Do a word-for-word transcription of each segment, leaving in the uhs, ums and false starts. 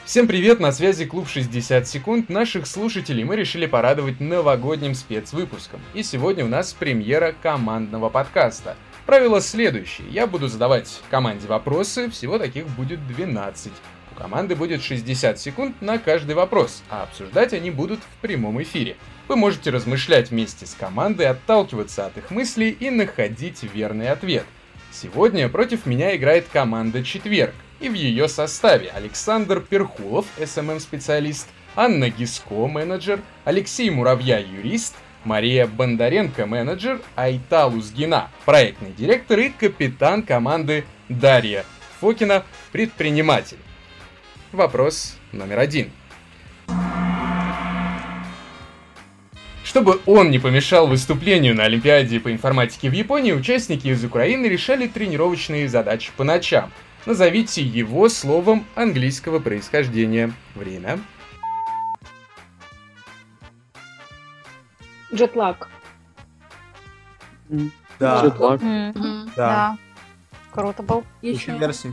Всем привет, на связи Клуб шестьдесят секунд. Наших слушателей мы решили порадовать новогодним спецвыпуском. И сегодня у нас премьера командного подкаста. Правила следующие. Я буду задавать команде вопросы, всего таких будет двенадцать. У команды будет шестьдесят секунд на каждый вопрос, а обсуждать они будут в прямом эфире. Вы можете размышлять вместе с командой, отталкиваться от их мыслей и находить верный ответ. Сегодня против меня играет команда «Четверг». И в ее составе Александр Перхулов, эс эм эм-специалист, Анна Гиско, менеджер, Алексей Муравья, юрист, Мария Бондаренко, менеджер, Айта Лузгина, проектный директор и капитан команды Дарья Фокина, предприниматель. Вопрос номер один. Чтобы он не помешал выступлению на Олимпиаде по информатике в Японии, участники из Украины решали тренировочные задачи по ночам. Назовите его словом английского происхождения. Время. Джетлаг. Да. Джетлаг. Да. Да. Круто был. Еще версии.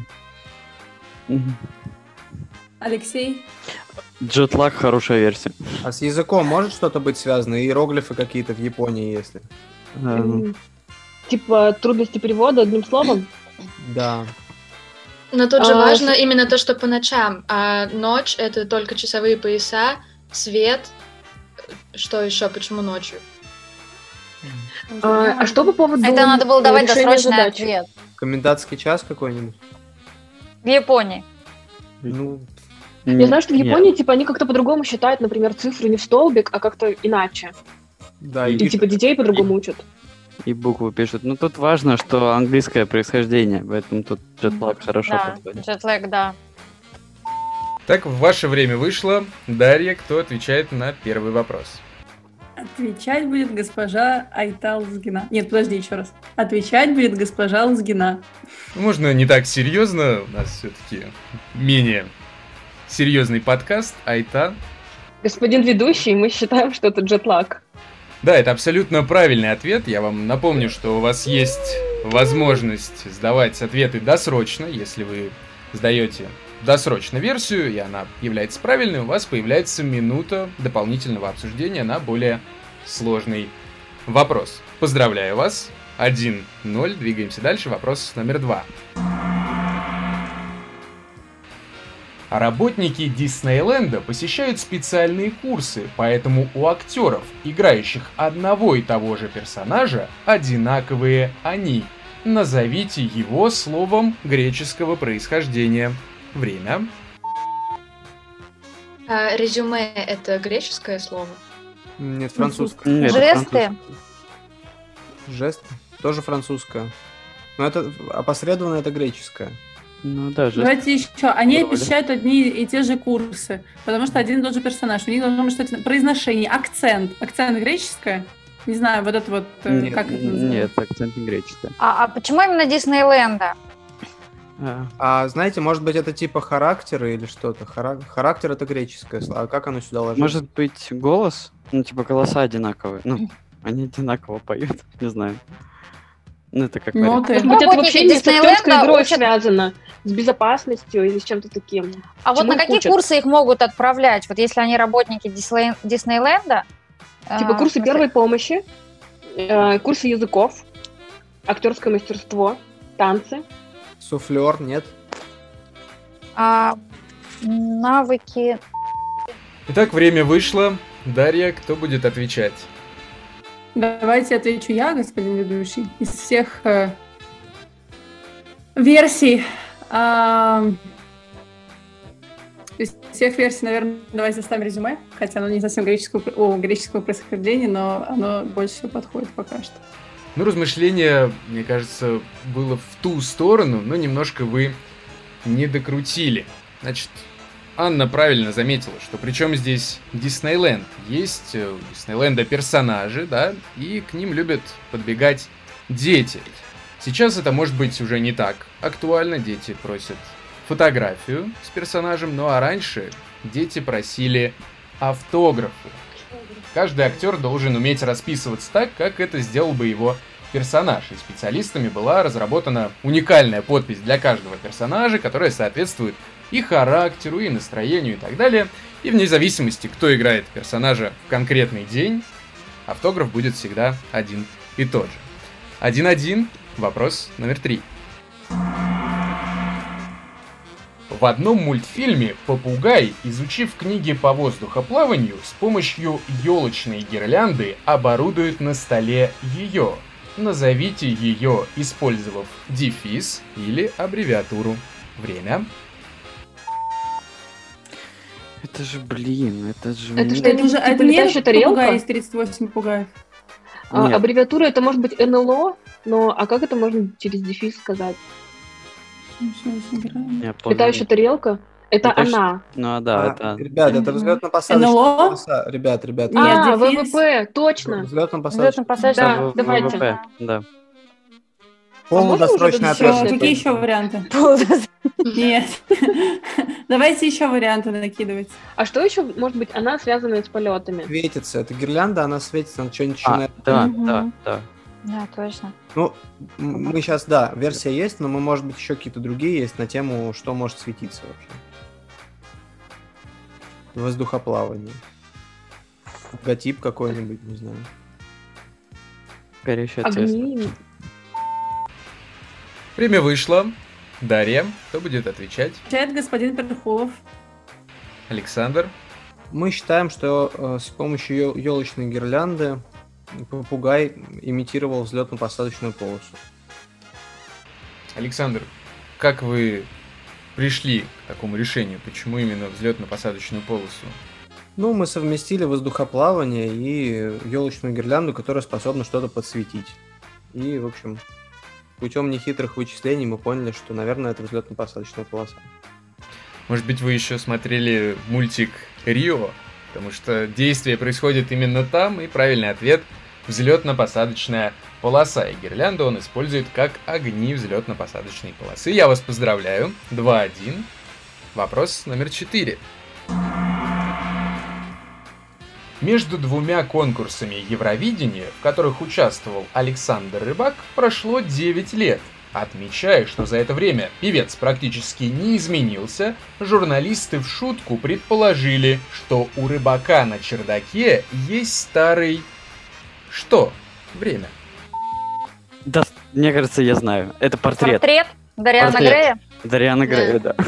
Алексей. Джетлаг хорошая версия. А с языком может что-то быть связано? Иероглифы какие-то в Японии, если? М, Типа трудности перевода одним словом? Да. Но тут же А, важно с- именно то, что по ночам, а ночь — это только часовые пояса, свет. Что еще? Почему ночью? А, а что по поводу Это надо было э, давать решения досрочный задачи? ответ. Комендантский час какой-нибудь? В Японии. Ну, Я знаю, что в Нет. Японии типа они как-то по-другому считают, например, цифры не в столбик, а как-то иначе. да, И, и типа детей по-другому учат. И буквы пишут. Но тут важно, что английское происхождение, поэтому тут джетлаг хорошо Да, подходит. джетлэг, да. Так, ваше время вышло. Дарья, кто отвечает на первый вопрос? Отвечать будет госпожа Айта Лузгина. Нет, подожди, еще раз. Отвечать будет госпожа Лузгина. Можно не так серьезно, у нас все-таки менее серьезный подкаст. Айта. Господин ведущий, мы считаем, что это джетлаг. Да, это абсолютно правильный ответ. Я вам напомню, что у вас есть возможность сдавать ответы досрочно. Если вы сдаете досрочно версию, и она является правильной, у вас появляется минута дополнительного обсуждения на более сложный вопрос. Поздравляю вас. один ноль. Двигаемся дальше. Вопрос номер два. А работники Диснейленда посещают специальные курсы, поэтому у актеров, играющих одного и того же персонажа, одинаковые они. Назовите его словом греческого происхождения. Время. А резюме — это греческое слово? нет, французское. Нет, это Жесты. французское. Жест тоже французское. Но это опосредованно это греческое. Ну да, жест. Давайте еще. Они Пробовали. посещают одни и те же курсы, потому что один и тот же персонаж. У них должно быть что-то произношение, акцент. Акцент греческое? Не знаю, вот это вот, э, Нет, как это называется? нет, акцент не греческий. А, а почему именно Диснейленда? А, А знаете, может быть, это типа характера или что-то? Хара- Характер это греческое слово. А как оно сюда ложится? Может быть, голос? Ну, типа, голоса одинаковые. Ну, они одинаково поют, не знаю. Ну, это как Ну, вариант. ты. Может быть, это Работники вообще не с Диснейленда актерской игрой учат- связано, с безопасностью или с чем-то таким. А вот Чему на их какие учат? курсы их могут отправлять? Вот если они работники Дисней- Диснейленда? Типа э, курсы в смысле, первой помощи, э, курсы языков, актерское мастерство, танцы. Суфлер, нет? а, навыки. Итак, время вышло. Дарья, кто будет отвечать? Давайте отвечу я, господин ведущий. Из всех э, версий, а, из всех версий, наверное, давайте оставим резюме, хотя оно не совсем греческого, о, греческого происхождения, но оно больше всего подходит пока что. Ну, размышление, мне кажется, было в ту сторону, но немножко вы не докрутили. Значит, Анна правильно заметила, что причем здесь Диснейленд. Есть э, у Диснейленда персонажи, да, и к ним любят подбегать дети. Сейчас это может быть уже не так актуально, дети просят фотографию с персонажем, ну а раньше дети просили автографы. Каждый актер должен уметь расписываться так, как это сделал бы его персонаж. И специалистами была разработана уникальная подпись для каждого персонажа, которая соответствует и характеру, и настроению, и так далее. И вне зависимости, кто играет персонажа в конкретный день, автограф будет всегда один и тот же. один-один, вопрос номер три. В одном мультфильме попугай, изучив книги по воздухоплаванию, с помощью елочной гирлянды оборудует на столе ее. Назовите ее, использовав дефис или аббревиатуру. Время. Это же, блин, это же... Это мне- что, Это уже типа это не летающая тарелка? попугай из тридцать восемь попугаев. А, Нет. аббревиатура это может быть эн эл о, но а как это можно через дефис сказать? Я помню. Летающая тарелка? Это Летающая- она. Ну а да, А, это... Ребят, это Мгм. взлетно-посадочная эн эл о? полоса. Ребят, ребят. Нет, А, дефис. вэ вэ пэ, точно. Взлетно-посадочная Взлетно-посадочная. Да, В- давайте. ВВП, да. полнодосрочный А отряд. можно уже Всё, какие еще варианты? Нет. Давайте еще варианты накидывать. А что еще может быть она связанная с полетами? Светится. Это гирлянда, она светится, она что-нибудь А, начинает. да, Мгм. да, да. Да, точно. Ну, м- мы сейчас, да, версия есть, но мы, может быть, еще какие-то другие есть на тему, что может светиться вообще. Воздухоплавание. Логотип какой-нибудь, не знаю. Горящая Тесла. Огни. Время вышло. Дарья, кто будет отвечать? Отвечает господин Перхулов. Александр. Мы считаем, что э, с помощью елочной гирлянды попугай имитировал взлетно-посадочную полосу. Александр, как вы пришли к такому решению? Почему именно взлетно-посадочную полосу? Ну, мы совместили воздухоплавание и елочную гирлянду, которая способна что-то подсветить. И, в общем, путем нехитрых вычислений мы поняли, что, наверное, это взлетно-посадочная полоса. Может быть, вы еще смотрели мультик Рио? Потому что действие происходит именно там, и правильный ответ — взлетно-посадочная полоса. И гирлянду он использует как огни взлетно-посадочной полосы. Я вас поздравляю. два-один. Вопрос номер четыре. Между двумя конкурсами Евровидения, в которых участвовал Александр Рыбак, прошло девять лет. Отмечая, что за это время певец практически не изменился, журналисты в шутку предположили, что у Рыбака на чердаке есть старый... Что? Время. Да, мне кажется, я знаю. Это портрет. Портрет Дариана Портрет. Грея. Дариана Грея, да.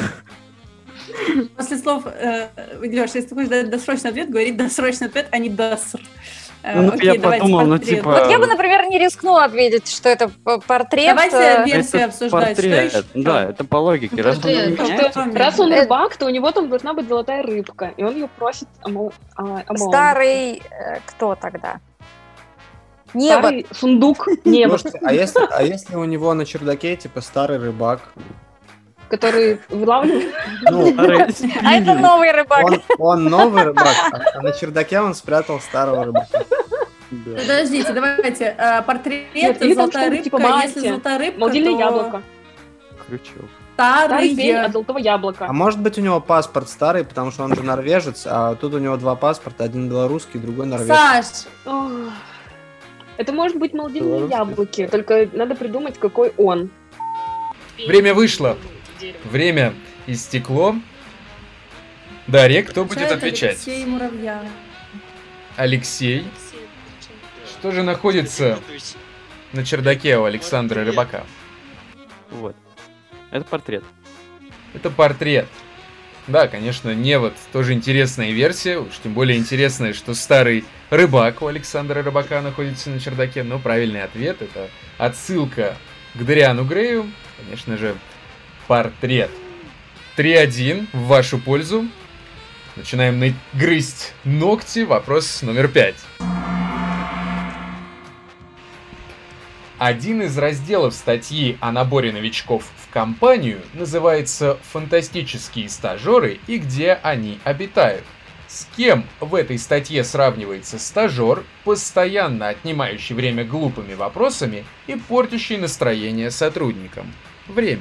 После слов, э, Леш, если ты хочешь дать досрочный ответ, говори досрочный ответ, а не доср. Э, Ну, окей, я давайте подумал, ну, портрет. типа- Вот я бы, например, не рискнула ответить, что это п- портрет. Давайте э, версию Это обсуждать. портрет. Что еще? Да, это по логике. Раз он не Портрет. меняется, Просто раз он рыбак, то у него там должна быть золотая рыбка, и он ее просит о мол- о- о молодости. Старый... э, кто тогда? Небо. Старый сундук неба, Слушайте, а если, а если у него на чердаке, типа, старый рыбак? который вылавливает. Ну, старый А это спиннинг. новый рыбак. он, он новый рыбак, а- а на чердаке он спрятал старого рыбака. Да. Подождите, давайте. э, Портрет, Нет, или там золотая что-нибудь рыбка. типа Если мантия. золотая рыбка, Молодильное то яблоко. Крючок. Старый пень Старый. от золотого яблока. А может быть у него паспорт старый, потому что он же норвежец, а тут у него два паспорта, один белорусский, другой норвежский. Саш, Ох. Это может быть молодильные Белорусский. яблоки, только надо придумать, какой он. Время вышло. Время истекло. Дарья, кто будет отвечает отвечать? Алексей Муравья. Алексей. Что же находится на чердаке у Александра Рыбака? Вот. Это портрет. Это портрет. Да, конечно, Невод тоже интересная версия, уж тем более интересная, что старый рыбак у Александра Рыбака находится на чердаке, но правильный ответ — это отсылка к Дариану Грею, конечно же, портрет. три-один в вашу пользу. Начинаем на- грызть ногти. Вопрос номер пять. Один из разделов статьи о наборе новичков в компанию называется «Фантастические стажеры и где они обитают». С кем в этой статье сравнивается стажер, постоянно отнимающий время глупыми вопросами и портящий настроение сотрудникам? Время.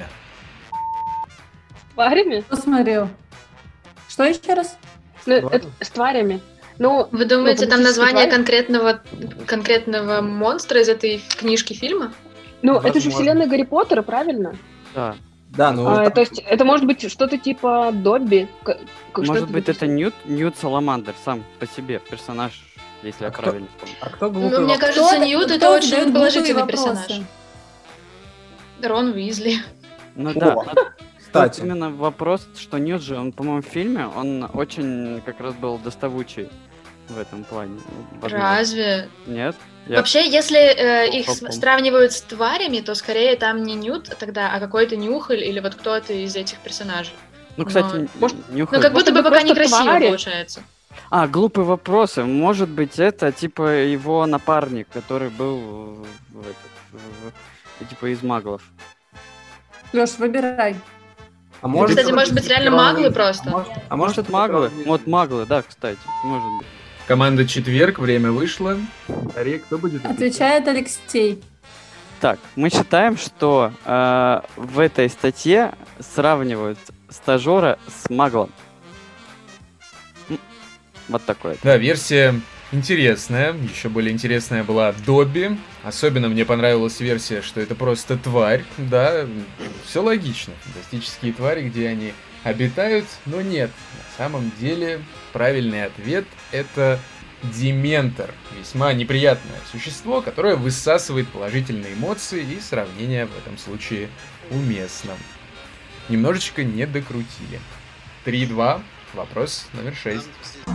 С тварями? Кто смотрел? Что еще раз? Ну, Ладно. это с тварями. Ну, Вы думаете, Ну, там фантастические название твари? конкретного, конкретного монстра из этой книжки фильма? ну это же Возможно. вселенная Гарри Поттера, правильно? Да. Да, ну... А, там- то есть это может быть что-то типа Добби? К- к- что Может быть, это допустим? Ньют, Ньют Саламандр сам по себе, персонаж, если я А кто- правильно помню. А кто глупый Ну, мне вопрос? кажется, Кто- Ньют кто это очень задает положительный глупые персонаж. вопросы? Рон Уизли. Ну О, да, но Кстати, тут именно вопрос, что Ньют же, он, по-моему, в фильме, он очень как раз был доставучий в этом плане. Возможно. Разве? Нет? Я- Вообще, если э, их с- Попом. сравнивают с тварями, то скорее там не Ньют тогда, а какой-то Нюхаль или вот кто-то из этих персонажей. Ну, кстати, но- н- может- Нюхаль- Ну, как будто бы это пока просто некрасиво твари. получается. А, глупые вопросы. Может быть, это типа его напарник, который был в, в этот, в- в- типа из маглов. Леш, выбирай. а может... Кстати, может быть, реально Рон маглы Уизли. просто? А может, а Может, это маглы? Рон Уизли. Вот маглы, да, кстати, может быть. Команда «Четверг», время вышло. Дарья, кто будет отвечать? Отвечает Алексей. Так, мы считаем, что э, в этой статье сравнивают стажера с маглом. М, Вот такое. Да, версия интересная. Еще более интересная была Добби. Особенно мне понравилась версия, что это просто тварь. Да, все логично. Фантастические твари, где они обитают, но нет. На самом деле правильный ответ — это Дементор. Весьма неприятное существо, которое высасывает положительные эмоции, и сравнение в этом случае уместно. Немножечко не докрутили. три-два. Вопрос номер шесть.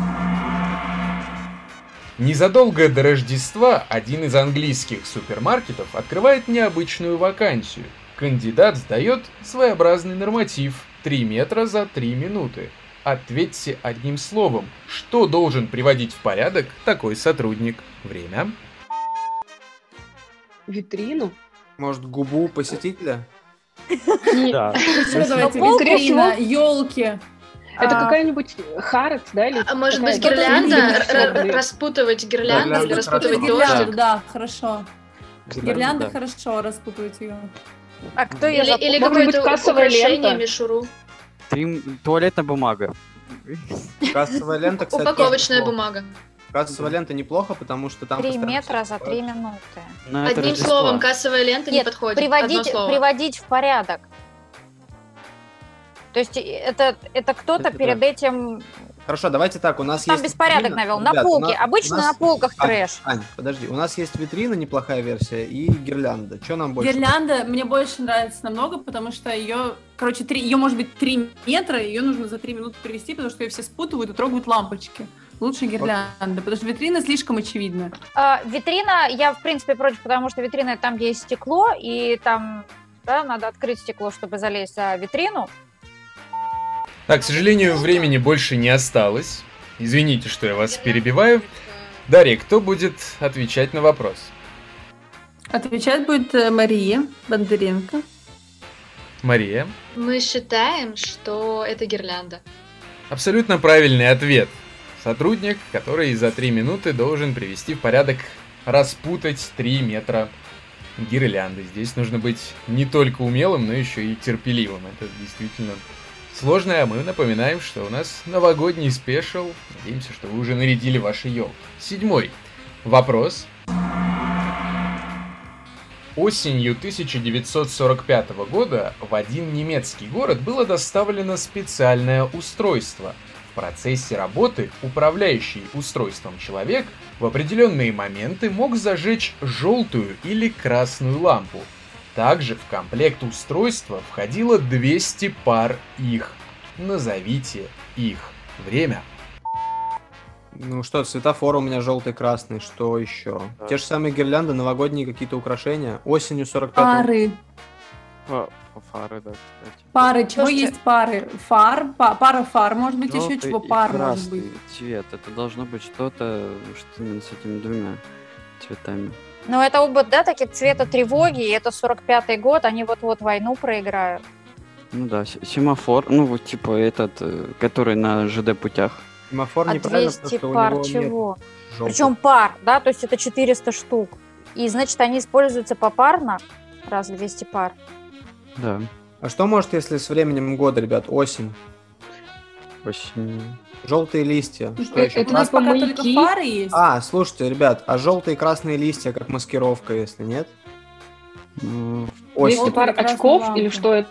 Незадолго до Рождества один из английских супермаркетов открывает необычную вакансию. Кандидат сдает своеобразный норматив — три метра за три минуты. Ответьте одним словом, что должен приводить в порядок такой сотрудник. Время. Витрину? Может, губу посетителя? Не, Да. Что давайте? Ну, скорее Витрина, всего- елки. Это А. какая-нибудь Харрот, да? Или А может какая- быть, Кто-то гирлянда? видимо, Р- р- черный. Распутывать гирлянду или Гирлянда распутывать хорошо. дождик? Гирлянду, да, хорошо. Гирлянда, Гирлянда да. хорошо, распутывать ее. А кто ее Или, запутал? или Может быть, какое-то кассовая украшение, лента? мишуру. Три... Туалетная бумага. Кассовая лента, кстати, Упаковочная неплохо. бумага. Кассовая лента неплохо, потому что там... Три постоянно метра за все три покупают. минуты. Но это Одним Рождество. словом, кассовая лента не Нет, подходит. Одно приводить, слово. приводить в порядок. То есть это, это кто-то Это перед да. этим Хорошо, давайте так, у нас там есть... беспорядок витрина. навел. На Ребят, у полке. нас- Обычно у нас- на полках Ань, трэш. Ань, подожди, у нас есть витрина, неплохая версия, и гирлянда. Что нам больше? Гирлянда мне больше нравится намного, потому что ее, короче, три, ее может быть три метра, ее нужно за три минуты привести, потому что ее все спутывают и трогают лампочки. Лучше гирлянда, потому что витрина слишком очевидна. А, витрина, я в принципе против, потому что витрина это там, где есть стекло, и там да, надо открыть стекло, чтобы залезть за витрину. Так, к сожалению, времени больше не осталось. Извините, что я вас перебиваю. Дарья, кто будет отвечать на вопрос? Отвечать будет э, Мария Бондаренко. Мария. Мы считаем, что это гирлянда. Абсолютно правильный ответ. Сотрудник, который за три минуты должен привести в порядок, распутать три метра гирлянды. Здесь нужно быть не только умелым, но еще и терпеливым. Это действительно сложно, а мы напоминаем, что у нас новогодний спешл. Надеемся, что вы уже нарядили ваши елки. Седьмой вопрос. Осенью тысяча девятьсот сорок пятого года в один немецкий город было доставлено специальное устройство. В процессе работы управляющий устройством человек в определенные моменты мог зажечь желтую или красную лампу. Также в комплект устройства входило двести пар их. Назовите их. Время. Ну что, светофор у меня желтый, красный, что еще? Да. Те же самые гирлянды, новогодние какие-то украшения. Осенью сорок пятого. Пары. Фа- Фары, да, кстати. Пары. Чего Слушайте. есть пары? Фар. па- пара фар. Может быть, еще Желтый чего и пар может красный быть. цвет. Это должно быть что-то, что именно с этими двумя цветами. Но это оба, да, такие цвета тревоги, и это сорок пятый год, они вот-вот войну проиграют. Ну да, се- семафор, ну вот типа этот, э, который на ЖД путях. Семафор А неправильно, двести потому что у пар него чего? нет желтых. Причем пар, да, то есть это четыреста штук. И значит, они используются попарно, раз в двести пар. Да, А что может, если с временем года, ребят, осень? осенью. Желтые листья. Что Э, еще? это У нас типа пока маяки? только фары есть. А, слушайте, ребят, а желтые и красные листья как маскировка, если нет? Ну, Осень. двести пар Красная очков лампа. или что это?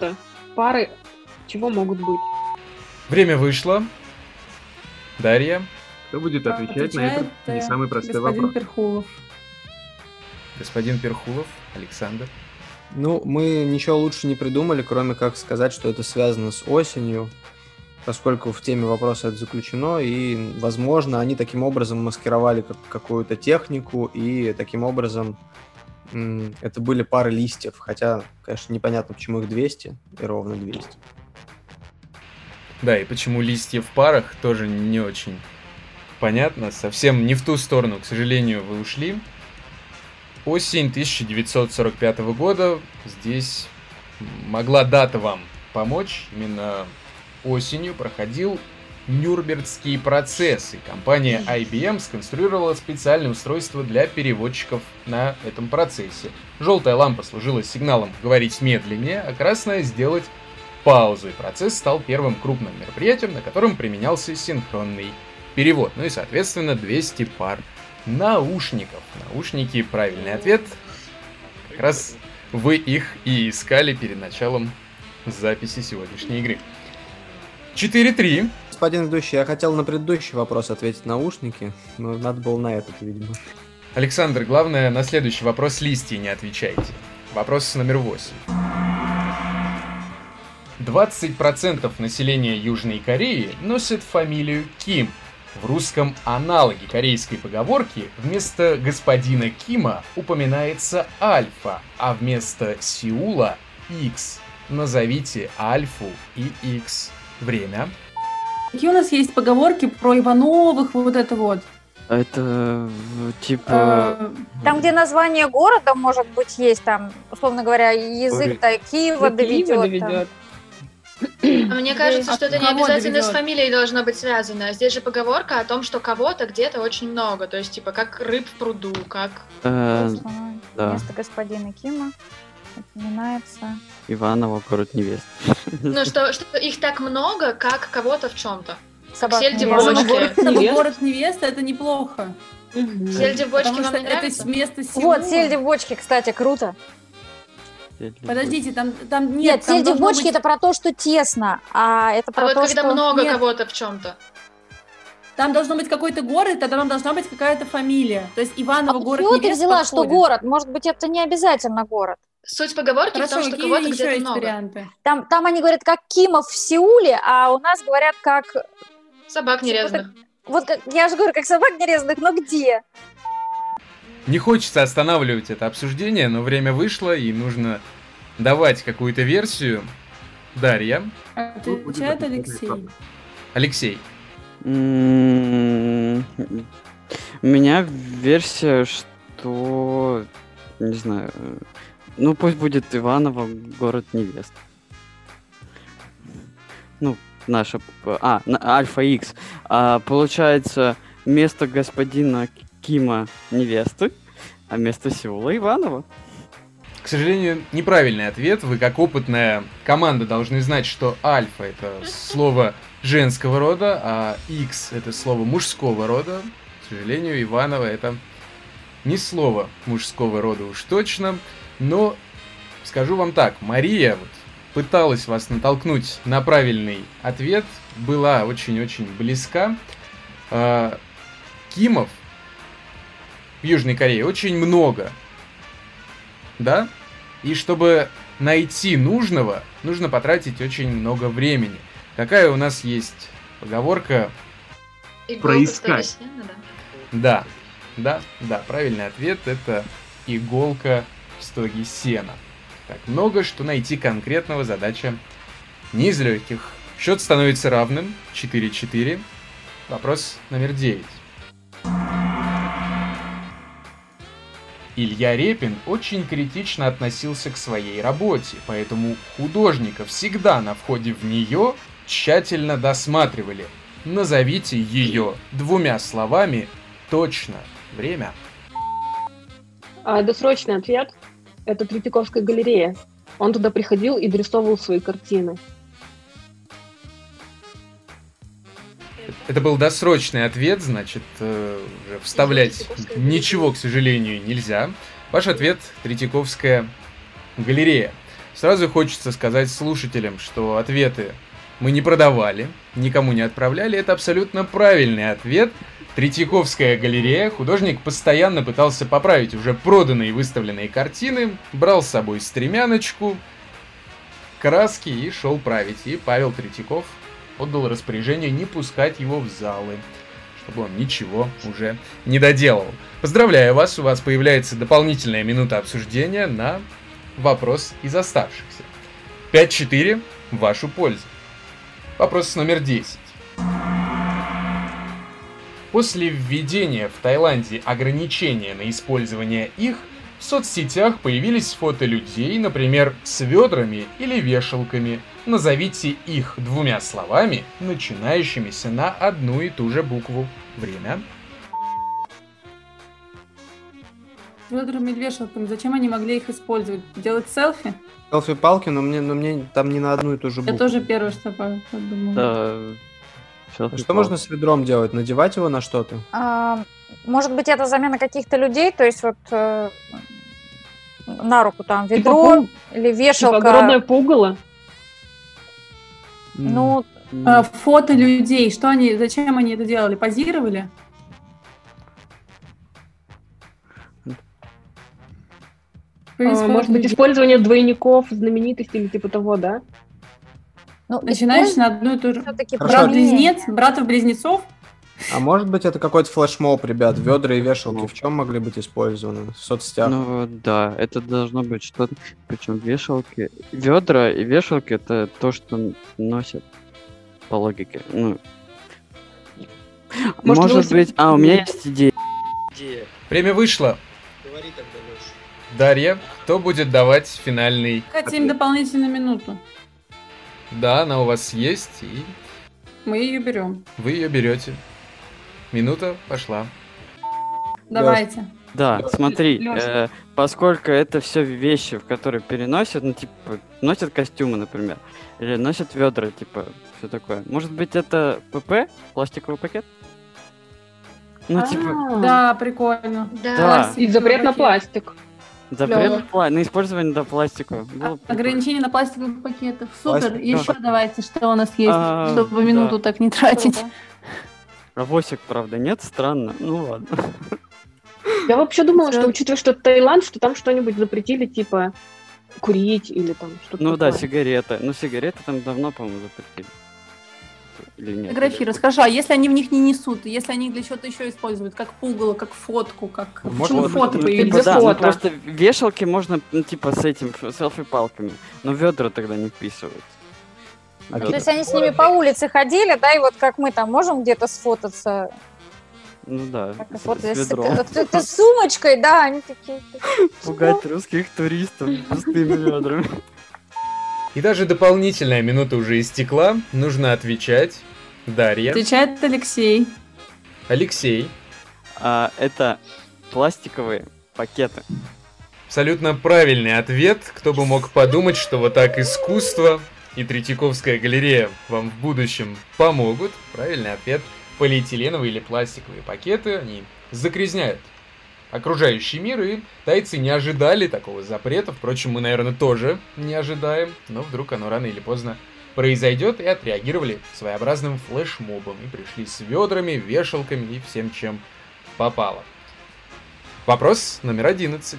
пары чего могут быть? Время вышло. Дарья. Кто будет отвечать на этот не самый простой господин вопрос? Перхулов. Господин Перхулов, Александр. Ну, мы ничего лучше не придумали, кроме как сказать, что это связано с осенью, поскольку в теме вопроса это заключено, и, возможно, они таким образом маскировали как- какую-то технику, и таким образом м, это были пары листьев, хотя, конечно, непонятно, почему их двести, и ровно двести. Да, и почему листья в парах, тоже не очень понятно. Совсем не в ту сторону, к сожалению, вы ушли. Осень тысяча девятьсот сорок пятого года. Здесь могла дата вам помочь. Именно осенью проходил Нюрнбергский процесс, и компания ай би эм сконструировала специальное устройство для переводчиков на этом процессе. Желтая лампа служила сигналом говорить медленнее, а красная сделать паузу, и процесс стал первым крупным мероприятием, на котором применялся синхронный перевод. Ну и, соответственно, двести пар наушников. Наушники — правильный ответ. Как раз вы их и искали перед началом записи сегодняшней игры. четыре три. Господин ведущий, я хотел на предыдущий вопрос ответить наушники, но надо было на этот, видимо. Александр, главное, на следующий вопрос листья не отвечайте. Вопрос номер восемь. двадцать процентов населения Южной Кореи носят фамилию Ким. В русском аналоге корейской поговорки вместо господина Кима упоминается Альфа, а вместо Сеула — X. Назовите Альфу и X. Время. Какие у нас есть поговорки про Ивановых, вот это вот? Это типа... Э, Там, где название города, может быть, есть, там, условно говоря, язык-то Киева До Киева доведет. там. доведет. А мне кажется, А что это не кого обязательно с доведет? фамилией должно быть связано. Здесь же поговорка о том, что кого-то где-то очень много. То есть, типа, как рыб в пруду, как... э, Собственно, да. Вместо господина Кима упоминается... Иванова, город невест. Ну, что, что их так много, как кого-то в чем-то. Собака Сельди в невеста. бочке. город, чтобы Невеста. город невеста, это неплохо. Мгм. Сельди в бочке Потому вам что не это нравится? вместо Сеула. Вот, сельди в бочке, кстати, круто. Подождите, там, там нет, Нет, там сельди в должно бочке быть- это про то, что тесно, а это А про вот то, когда что... много Нет. кого-то в чем-то. Там должно быть какой-то город, тогда там должна быть какая-то фамилия. То есть А Иваново, вот город чего ты невест взяла, что подходит. город? Может быть, это не обязательно город. Суть поговорки в Хорошо, том, что какие кого-то еще где-то есть много. варианты? Там, там они говорят, как Кимов в Сеуле, а у нас говорят, как... Собак нерезанных. Вот как, я же говорю, как собак нерезанных, но где? Не хочется останавливать это обсуждение, но время вышло, и нужно давать какую-то версию. Дарья. Отвечает Алексей. Алексей. М, У меня версия, что... Не знаю... Ну, пусть будет Иваново, город невест. Ну, наша... п- А, на- Альфа Икс. А, получается, место господина Кима невесты, а место Сеула Иванова. К сожалению, неправильный ответ. Вы, как опытная команда, должны знать, что альфа — это слово женского рода, а X — это слово мужского рода. К сожалению, Иванова — это не слово мужского рода уж точно. Но скажу вам так, Мария вот пыталась вас натолкнуть на правильный ответ, была очень-очень близка. А, Кимов в Южной Корее очень много. Да? И чтобы найти нужного, нужно потратить очень много времени. Какая у нас есть поговорка? Иголка Проискать. стоит сена, да. Да, да, да, правильный ответ — это иголка в стоге сена. Так много, что найти конкретного задача не из легких. Счет становится равным, четыре четыре. Вопрос номер девять. Илья Репин очень критично относился к своей работе, поэтому художника всегда на входе в нее тщательно досматривали. Назовите ее двумя словами точно. Время. А досрочный ответ — это Третьяковская галерея. Он туда приходил и дорисовывал свои картины. Это был досрочный ответ, значит, э, уже вставлять Третьяковская галерея. ничего, к сожалению, нельзя. Ваш ответ — Третьяковская галерея. Сразу хочется сказать слушателям, что ответы мы не продавали, никому не отправляли. Это абсолютно правильный ответ. Третьяковская галерея. Художник постоянно пытался поправить уже проданные и выставленные картины, брал с собой стремяночку, краски и шел править. И Павел Третьяков отдал распоряжение не пускать его в залы, чтобы он ничего уже не доделал. Поздравляю вас, у вас появляется дополнительная минута обсуждения на вопрос из оставшихся. пять-четыре в вашу пользу. Вопрос номер десять. После введения в Таиланде ограничения на использование их, в соцсетях появились фото людей, например, с ведрами или вешалками. Назовите их двумя словами, начинающимися на одну и ту же букву. Время. С ведрами и вешалками. Зачем они могли их использовать? Делать селфи? Селфи-палки, но мне, но мне там не на одну и ту же букву. Я тоже первое, что подумала. Да. А что можно с ведром делать? Надевать его на что-то? А, может быть, это замена каких-то людей, то есть вот э, на руку там ведро Типа, или Типа вешалка. огородное пугало. Ну, М. А, фото людей. Что они, зачем они это делали? Позировали? А, может быть, использование двойников, знаменитостей или типа того, да? ну Начинаешь на одну и ту же. все-таки Хорошо. Брат-близнец? Братов-близнецов? А может быть, это какой-то флешмоб, ребят? Ведра и вешалки в чем могли быть использованы? В соцсетях? Ну да, это должно быть что-то. Причем вешалки. Ведра и вешалки это то, что носят по логике. Ну. Может, Может велосипед? быть. А, у меня есть идея. Идея. Время вышло. Говори тогда лучше. Дарья, кто будет давать финальный Катя, им ответ? дополнительную минуту. Да, она у вас есть, и Мы ее берем. вы ее берете. Минута пошла. Давайте. Да, смотри, Лёша. э, поскольку это все вещи, в которые переносят, ну, типа, носят костюмы, например, или носят ведра, типа, все такое. Может быть, это ПП? Пластиковый пакет? Ну, типа, А, Да, прикольно. Да. Да. И запрет на пластик. запрет клёво. на, пла- на использование до пластика. Было А- прикольно. Ограничение на пластиковых пакетах. Супер. Пластик, И да. еще давайте, что у нас есть, А, чтобы минуту да. так не тратить. Круто. Авосик, правда, нет? Странно. Ну ладно. Я вообще думала, Всё. что учитывая, что это Таиланд, что там что-нибудь запретили, типа курить или там что-то Ну да, такое. сигареты. Ну, сигареты там давно, по-моему, запретили. Или нет? Фотографировать. Хорошо, а если они в них не несут? Если они их для чего-то еще используют? Как пугало, как фотку, как... Может Почему быть, фото ну, появились? Типа, да, ну, фото. просто вешалки можно, ну, типа, с этим, ф- селфи-палками. Но ведра тогда не вписываются. А То Ведра. есть они с ними по улице ходили, да, и вот как мы там можем где-то сфотаться, Ну да, как с, вот с с, ведром. с- с- с сумочкой, да, они такие. Пугать русских туристов пустыми ведрами. И даже дополнительная минута уже истекла. Нужно отвечать. Дарья. Отвечает Алексей. Алексей. А, это пластиковые пакеты. Абсолютно правильный ответ. Кто бы мог подумать, что вот так искусство и Третьяковская галерея вам в будущем помогут. Правильный ответ. Полиэтиленовые или пластиковые пакеты, они загрязняют окружающий мир, и тайцы не ожидали такого запрета. Впрочем, мы, наверное, тоже не ожидаем, но вдруг оно рано или поздно произойдет, и отреагировали своеобразным флешмобом, и пришли с ведрами, вешалками и всем, чем попало. Вопрос номер одиннадцать.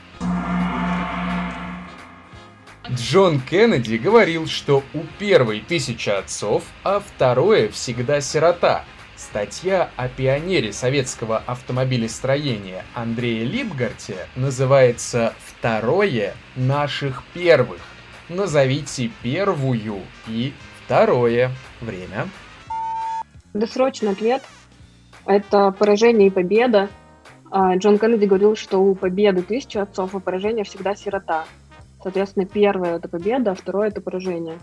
Джон Кеннеди говорил, что у первой тысяча отцов, а второе всегда сирота. Статья о пионере советского автомобилестроения Андрее Липгарте называется «Второе наших первых». Назовите первую и второе. Время. Досрочный ответ. Это поражение и победа. А, Джон Кеннеди говорил, что у победы тысяча отцов, а поражение всегда сирота. Соответственно, первое — это победа, а второе — это поражение.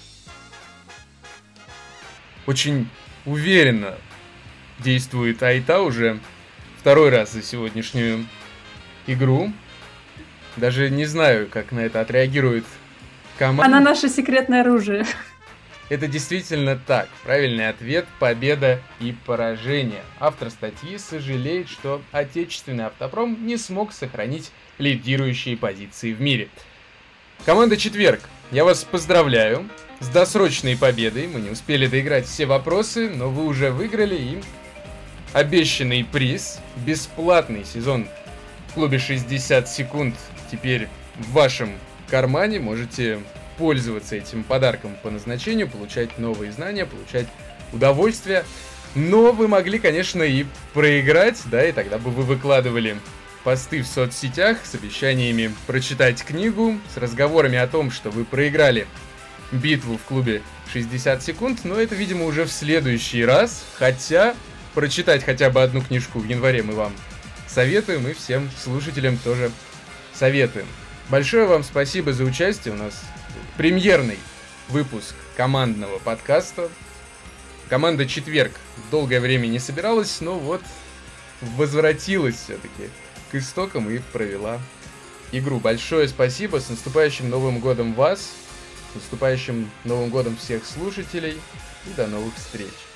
Очень уверенно действует Айта уже второй раз за сегодняшнюю игру. Даже не знаю, как на это отреагирует команда. Она наше секретное оружие. Это действительно так. Правильный ответ – победа и поражение. Автор статьи сожалеет, что отечественный автопром не смог сохранить лидирующие позиции в мире. Команда «Четверг», я вас поздравляю с досрочной победой. Мы не успели доиграть все вопросы, но вы уже выиграли и обещанный приз. Бесплатный сезон в клубе шестьдесят секунд теперь в вашем кармане. Можете пользоваться этим подарком по назначению, получать новые знания, получать удовольствие. Но вы могли, конечно, и проиграть, да, и тогда бы вы выкладывали посты в соцсетях с обещаниями прочитать книгу, с разговорами о том, что вы проиграли битву в клубе шестьдесят секунд, но это, видимо, уже в следующий раз, хотя прочитать хотя бы одну книжку в январе мы вам советуем, и всем слушателям тоже советуем. Большое вам спасибо за участие, у нас премьерный выпуск командного подкаста. Команда «Четверг» долгое время не собиралась, но вот возвратилась все-таки к истокам и провела игру. Большое спасибо, с наступающим Новым годом вас, с наступающим Новым годом всех слушателей и до новых встреч.